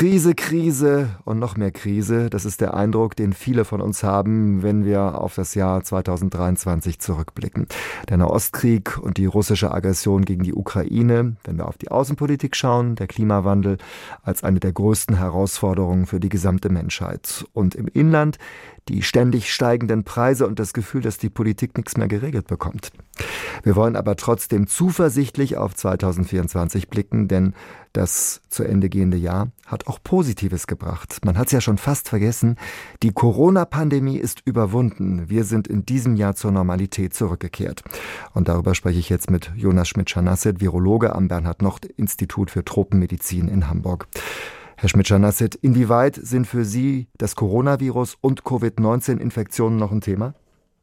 Krise, Krise und noch mehr Krise. Das ist der Eindruck, den viele von uns haben, wenn wir auf das Jahr 2023 zurückblicken. Der Nahostkrieg und die russische Aggression gegen die Ukraine, wenn wir auf die Außenpolitik schauen, der Klimawandel als eine der größten Herausforderungen für die gesamte Menschheit. Und im Inland die ständig steigenden Preise und das Gefühl, dass die Politik nichts mehr geregelt bekommt. Wir wollen aber trotzdem zuversichtlich auf 2024 blicken, denn das zu Ende gehende Jahr hat auch Positives gebracht. Man hat es ja schon fast vergessen, die Corona-Pandemie ist überwunden. Wir sind in diesem Jahr zur Normalität zurückgekehrt. Und darüber spreche ich jetzt mit Jonas Schmidt-Scharnasset, Virologe am Bernhard-Nocht-Institut für Tropenmedizin in Hamburg. Herr Schmidt-Scharnasset, inwieweit sind für Sie das Coronavirus und Covid-19-Infektionen noch ein Thema?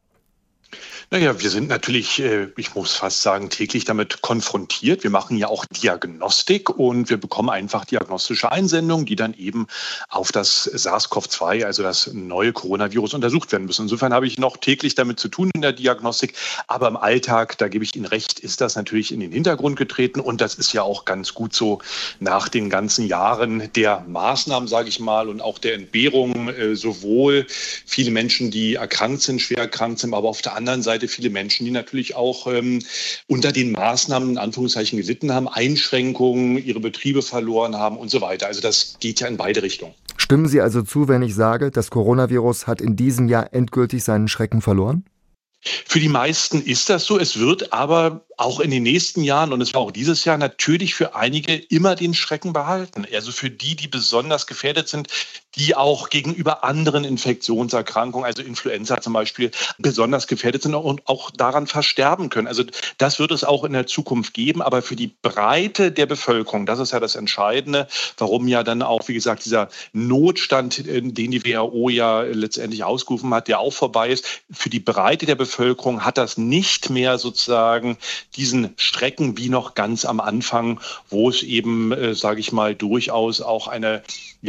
Naja, wir sind natürlich, ich muss fast sagen, täglich damit konfrontiert. Wir machen ja auch Diagnostik und wir bekommen einfach diagnostische Einsendungen, die dann eben auf das SARS-CoV-2, also das neue Coronavirus, untersucht werden müssen. Insofern habe ich noch täglich damit zu tun in der Diagnostik. Aber im Alltag, da gebe ich Ihnen recht, ist das natürlich in den Hintergrund getreten. Und das ist ja auch ganz gut so nach den ganzen Jahren der Maßnahmen, sage ich mal, und auch der Entbehrung. Sowohl viele Menschen, die erkrankt sind, schwer erkrankt sind, aber auf der anderen Seite viele Menschen, die natürlich auch unter den Maßnahmen in Anführungszeichen gelitten haben, Einschränkungen, ihre Betriebe verloren haben und so weiter. Also das geht ja in beide Richtungen. Stimmen Sie also zu, wenn ich sage, das Coronavirus hat in diesem Jahr endgültig seinen Schrecken verloren? Für die meisten ist das so. Es wird aber auch in den nächsten Jahren, und es war auch dieses Jahr, natürlich für einige immer den Schrecken behalten. Also für die, die besonders gefährdet sind, die auch gegenüber anderen Infektionserkrankungen, also Influenza zum Beispiel, besonders gefährdet sind und auch daran versterben können. Also das wird es auch in der Zukunft geben. Aber für die Breite der Bevölkerung, das ist ja das Entscheidende, warum ja dann auch, wie gesagt, dieser Notstand, den die WHO ja letztendlich ausgerufen hat, der auch vorbei ist, für die Breite der Bevölkerung hat das nicht mehr sozusagen diesen Schrecken wie noch ganz am Anfang, wo es eben, sage ich mal, durchaus auch eine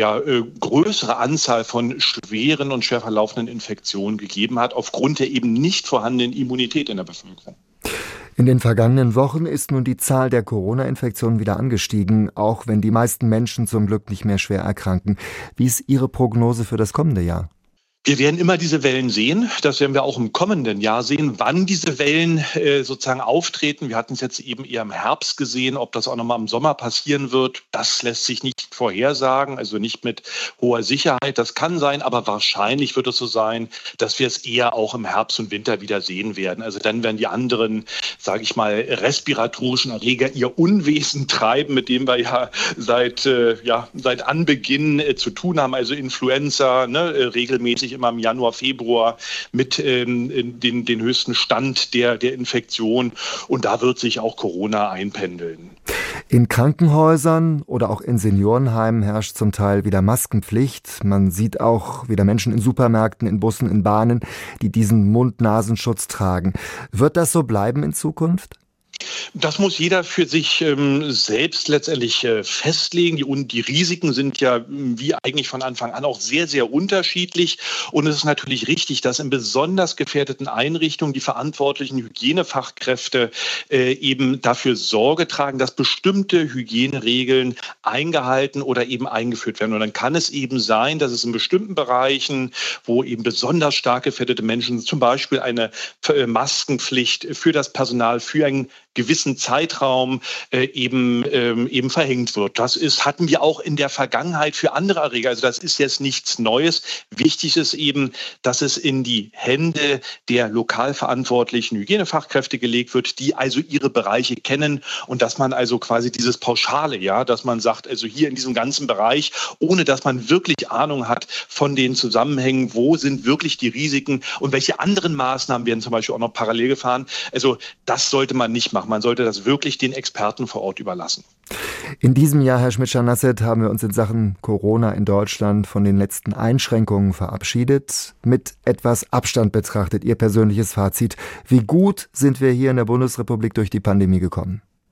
größere Anzahl von schweren und schwer verlaufenden Infektionen gegeben hat, aufgrund der eben nicht vorhandenen Immunität in der Bevölkerung. In den vergangenen Wochen ist nun die Zahl der Corona-Infektionen wieder angestiegen, auch wenn die meisten Menschen zum Glück nicht mehr schwer erkranken. Wie ist Ihre Prognose für das kommende Jahr? Wir werden immer diese Wellen sehen. Das werden wir auch im kommenden Jahr sehen, wann diese Wellen sozusagen auftreten. Wir hatten es jetzt eben eher im Herbst gesehen. Ob das auch nochmal im Sommer passieren wird, das lässt sich nicht vorhersagen, also nicht mit hoher Sicherheit. Das kann sein, aber wahrscheinlich wird es so sein, dass wir es eher auch im Herbst und Winter wieder sehen werden. Also dann werden die anderen, sage ich mal, respiratorischen Erreger ihr Unwesen treiben, mit dem wir ja seit Anbeginn zu tun haben. Also Influenza, regelmäßig immer im Januar, Februar mit den höchsten Stand der Infektion. Und da wird sich auch Corona einpendeln. In Krankenhäusern oder auch in Seniorenheimen herrscht zum Teil wieder Maskenpflicht. Man sieht auch wieder Menschen in Supermärkten, in Bussen, in Bahnen, die diesen Mund-Nasenschutz tragen. Wird das so bleiben in Zukunft? Das muss jeder für sich selbst letztendlich festlegen. Die Risiken sind ja wie eigentlich von Anfang an auch sehr, sehr unterschiedlich. Und es ist natürlich richtig, dass in besonders gefährdeten Einrichtungen die verantwortlichen Hygienefachkräfte eben dafür Sorge tragen, dass bestimmte Hygieneregeln eingehalten oder eben eingeführt werden. Und dann kann es eben sein, dass es in bestimmten Bereichen, wo eben besonders stark gefährdete Menschen sind, zum Beispiel eine Maskenpflicht für das Personal für einen gewissen Zeitraum eben verhängt wird. Hatten wir auch in der Vergangenheit für andere Erreger. Also das ist jetzt nichts Neues. Wichtig ist eben, dass es in die Hände der lokal verantwortlichen Hygienefachkräfte gelegt wird, die also ihre Bereiche kennen und dass man also quasi dieses Pauschale, dass man sagt, also hier in diesem ganzen Bereich, ohne dass man wirklich Ahnung hat von den Zusammenhängen, wo sind wirklich die Risiken und welche anderen Maßnahmen werden zum Beispiel auch noch parallel gefahren. Also das sollte man nicht machen. Man sollte das wirklich den Experten vor Ort überlassen. In diesem Jahr, Herr Schmidt-Scharnasset, haben wir uns in Sachen Corona in Deutschland von den letzten Einschränkungen verabschiedet. Mit etwas Abstand betrachtet, Ihr persönliches Fazit. Wie gut sind wir hier in der Bundesrepublik durch die Pandemie gekommen?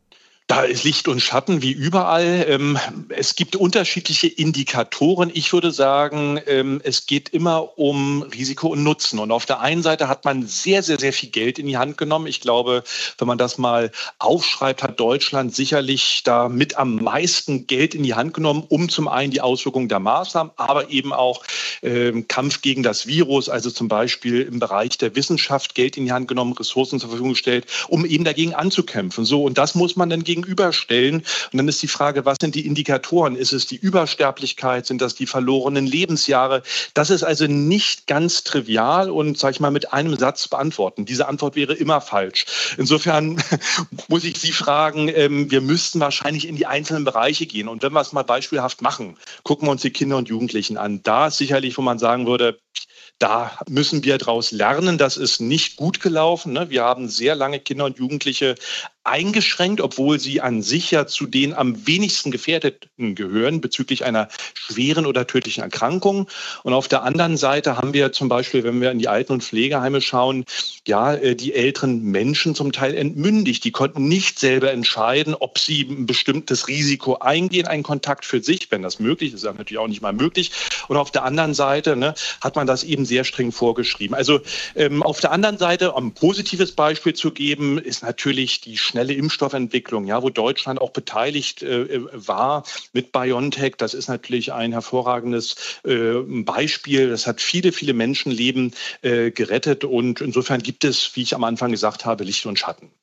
Da ist Licht und Schatten wie überall. Es gibt unterschiedliche Indikatoren. Ich würde sagen, es geht immer um Risiko und Nutzen. Und auf der einen Seite hat man sehr, sehr, sehr viel Geld in die Hand genommen. Ich glaube, wenn man das mal aufschreibt, hat Deutschland sicherlich da mit am meisten Geld in die Hand genommen, um zum einen die Auswirkungen der Maßnahmen, aber eben auch Kampf gegen das Virus, also zum Beispiel im Bereich der Wissenschaft Geld in die Hand genommen, Ressourcen zur Verfügung gestellt, um eben dagegen anzukämpfen. So, und das muss man dann gegenüberstellen. Und dann ist die Frage, was sind die Indikatoren? Ist es die Übersterblichkeit? Sind das die verlorenen Lebensjahre? Das ist also nicht ganz trivial und, sage ich mal, mit einem Satz beantworten. Diese Antwort wäre immer falsch. Insofern muss ich Sie fragen, wir müssten wahrscheinlich in die einzelnen Bereiche gehen. Und wenn wir es mal beispielhaft machen, gucken wir uns die Kinder und Jugendlichen an. Da ist sicherlich, wo man sagen würde, da müssen wir daraus lernen. Das ist nicht gut gelaufen. Wir haben sehr lange Kinder und Jugendliche eingeschränkt, obwohl sie an sich ja zu den am wenigsten Gefährdeten gehören bezüglich einer schweren oder tödlichen Erkrankung. Und auf der anderen Seite haben wir zum Beispiel, wenn wir in die Alten- und Pflegeheime schauen, ja, die älteren Menschen zum Teil entmündigt. Die konnten nicht selber entscheiden, ob sie ein bestimmtes Risiko eingehen, einen Kontakt für sich, wenn das möglich ist, ist natürlich auch nicht mal möglich. Und auf der anderen Seite hat man das eben sehr streng vorgeschrieben. Also auf der anderen Seite, um ein positives Beispiel zu geben, ist natürlich die schnelle Impfstoffentwicklung, ja, wo Deutschland auch beteiligt war mit BioNTech. Das ist natürlich ein hervorragendes Beispiel. Das hat viele, viele Menschenleben gerettet und insofern gibt es, wie ich am Anfang gesagt habe, Licht und Schatten.